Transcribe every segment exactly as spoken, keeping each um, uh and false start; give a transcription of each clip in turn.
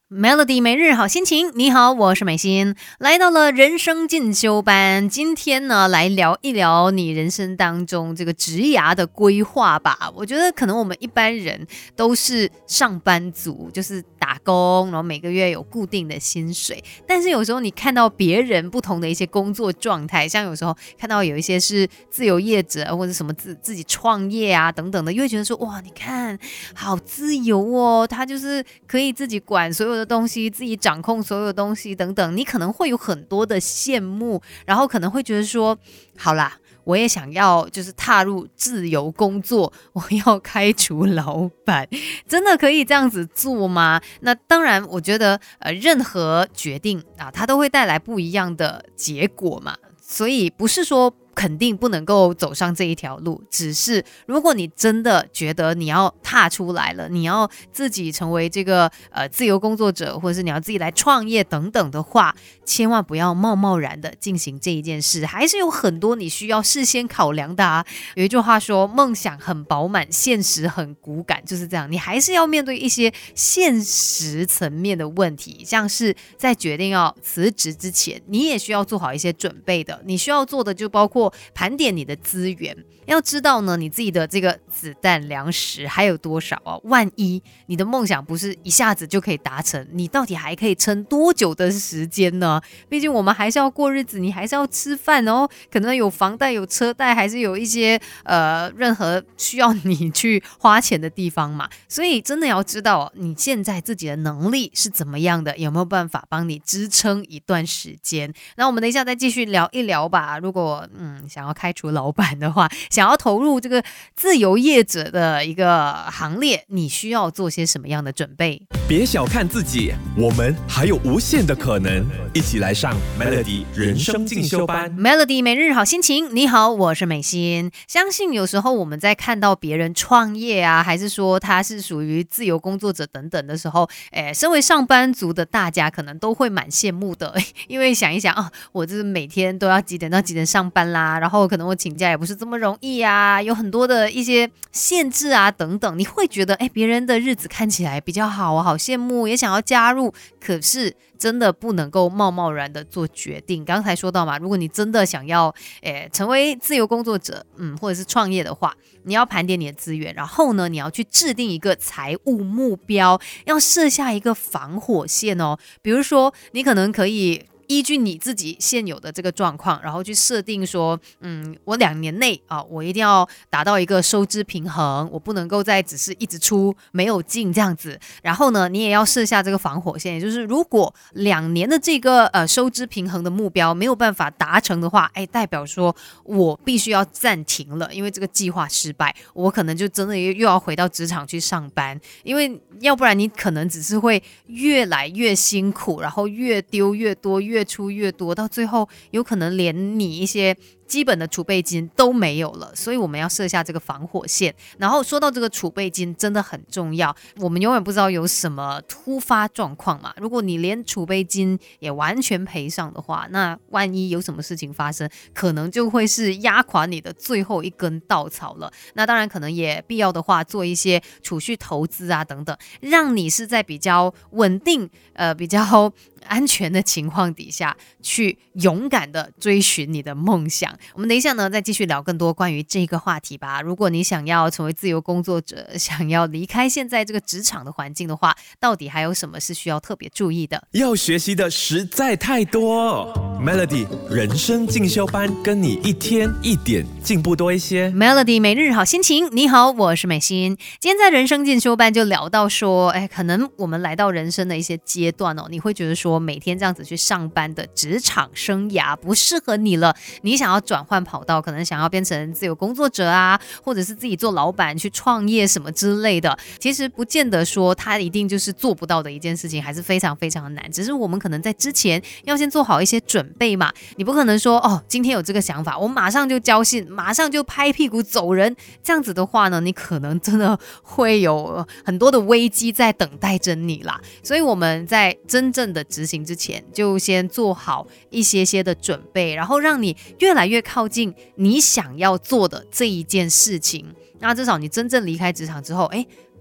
Melody 每日好心情，你好，我是美心，来到了人生进修班。今天呢，来聊一聊你人生当中这个职涯的规划吧。我觉得可能我们一般人都是上班族，就是打工，然后每个月有固定的薪水。但是有时候你看到别人不同的一些工作状态，像有时候看到有一些是自由业者或者什么自自己创业啊等等的，又会觉得说哇，你看好自由哦，他就是可以自己管所有的东西，自己掌控所有的东西等等，你可能会有很多的羡慕，然后可能会觉得说，好啦，我也想要就是踏入自由工作，我要开除老板，真的可以这样子做吗？那当然，我觉得呃，任何决定啊，它都会带来不一样的结果嘛，所以不是说肯定不能够走上这一条路，只是如果你真的觉得你要踏出来了，你要自己成为这个呃自由工作者，或者是你要自己来创业等等的话，千万不要贸贸然的进行这一件事，还是有很多你需要事先考量的啊。有一句话说，梦想很饱满，现实很骨感，就是这样，你还是要面对一些现实层面的问题，像是在决定要辞职之前，你也需要做好一些准备的。你需要做的就包括盘点你的资源，要知道呢，你自己的这个子弹粮食还有多少啊？万一你的梦想不是一下子就可以达成，你到底还可以撑多久的时间呢？毕竟我们还是要过日子，你还是要吃饭哦，可能有房贷、有车贷，还是有一些呃任何需要你去花钱的地方嘛。所以真的要知道你现在自己的能力是怎么样的，有没有办法帮你支撑一段时间？那我们等一下再继续聊一聊吧。如果嗯想要开除老板的话，想要投入这个自由业者的一个行列，你需要做些什么样的准备？ 别小看自己，我们还有无限的可能。一起来上 Melody 人生进修班。 Melody 每日好心情，你好，我是美心。相信有时候我们在看到别人创业啊，还是说他是属于自由工作者等等的时候，诶，身为上班族的大家可能都会蛮羡慕的，因为想一想啊，我就是每天都要几点到几点上班啦，然后可能我请假也不是这么容易啊，有很多的一些限制啊等等，你会觉得诶，别人的日子看起来比较好啊，好羡慕，也想要加入，可是真的不能够贸贸然的做决定。刚才说到嘛，如果你真的想要诶成为自由工作者，嗯，或者是创业的话，你要盘点你的资源，然后呢，你要去制定一个财务目标，要设下一个防火线哦。比如说，你可能可以依据你自己现有的这个状况，然后去设定说，嗯，我两年内啊，我一定要达到一个收支平衡，我不能够再只是一直出没有进这样子。然后呢，你也要设下这个防火线，也就是如果两年的这个呃收支平衡的目标没有办法达成的话，哎，代表说我必须要暂停了，因为这个计划失败，我可能就真的又要回到职场去上班，因为要不然你可能只是会越来越辛苦，然后越丢越多，越出越多，到最后有可能连你一些基本的储备金都没有了。所以我们要设下这个防火线。然后说到这个储备金真的很重要，我们永远不知道有什么突发状况嘛，如果你连储备金也完全赔上的话，那万一有什么事情发生，可能就会是压垮你的最后一根稻草了。那当然可能也必要的话做一些储蓄投资啊等等，让你是在比较稳定呃比较安全的情况底下去勇敢的追寻你的梦想。我们等一下呢再继续聊更多关于这个话题吧。如果你想要成为自由工作者，想要离开现在这个职场的环境的话，到底还有什么是需要特别注意的？ 要学习的实在太多。 Melody 人生进修班，跟你一天一点进步多一些。 Melody 每日好心情，你好，我是美心。今天在人生进修班就聊到说，哎，可能我们来到人生的一些阶段哦，你会觉得说每天这样子去上班的职场生涯不适合你了，你想要转换跑道，可能想要变成自由工作者啊，或者是自己做老板去创业什么之类的，其实不见得说他一定就是做不到的一件事情，还是非常非常的难，只是我们可能在之前要先做好一些准备嘛。你不可能说哦，今天有这个想法，我马上就交信，马上就拍屁股走人，这样子的话呢，你可能真的会有很多的危机在等待着你啦。所以我们在真正的执行之前，就先做好一些些的准备，然后让你越来越靠近你想要做的这一件事情。那至少你真正离开职场之后，哎，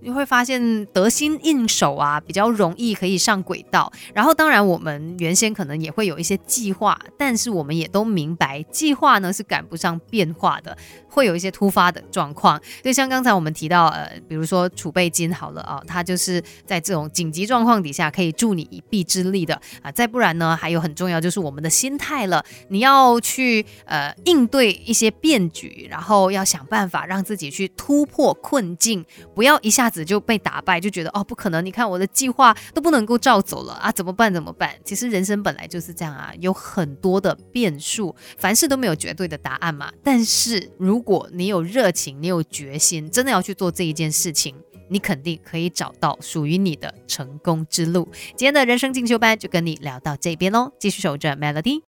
你会发现得心应手啊，比较容易可以上轨道。然后当然我们原先可能也会有一些计划，但是我们也都明白计划呢是赶不上变化的，会有一些突发的状况。就像刚才我们提到呃，比如说储备金好了啊，它就是在这种紧急状况底下可以助你一臂之力的啊。再不然呢，还有很重要就是我们的心态了，你要去呃应对一些变局，然后要想办法让自己去突破困境，不要一下子就被打败，就觉得哦不可能，你看我的计划都不能够照走了啊，怎么办怎么办？其实人生本来就是这样啊，有很多的变数，凡事都没有绝对的答案嘛。但是如果你有热情，你有决心，真的要去做这一件事情，你肯定可以找到属于你的成功之路。今天的人生进修班就跟你聊到这边咯，继续守着 Melody。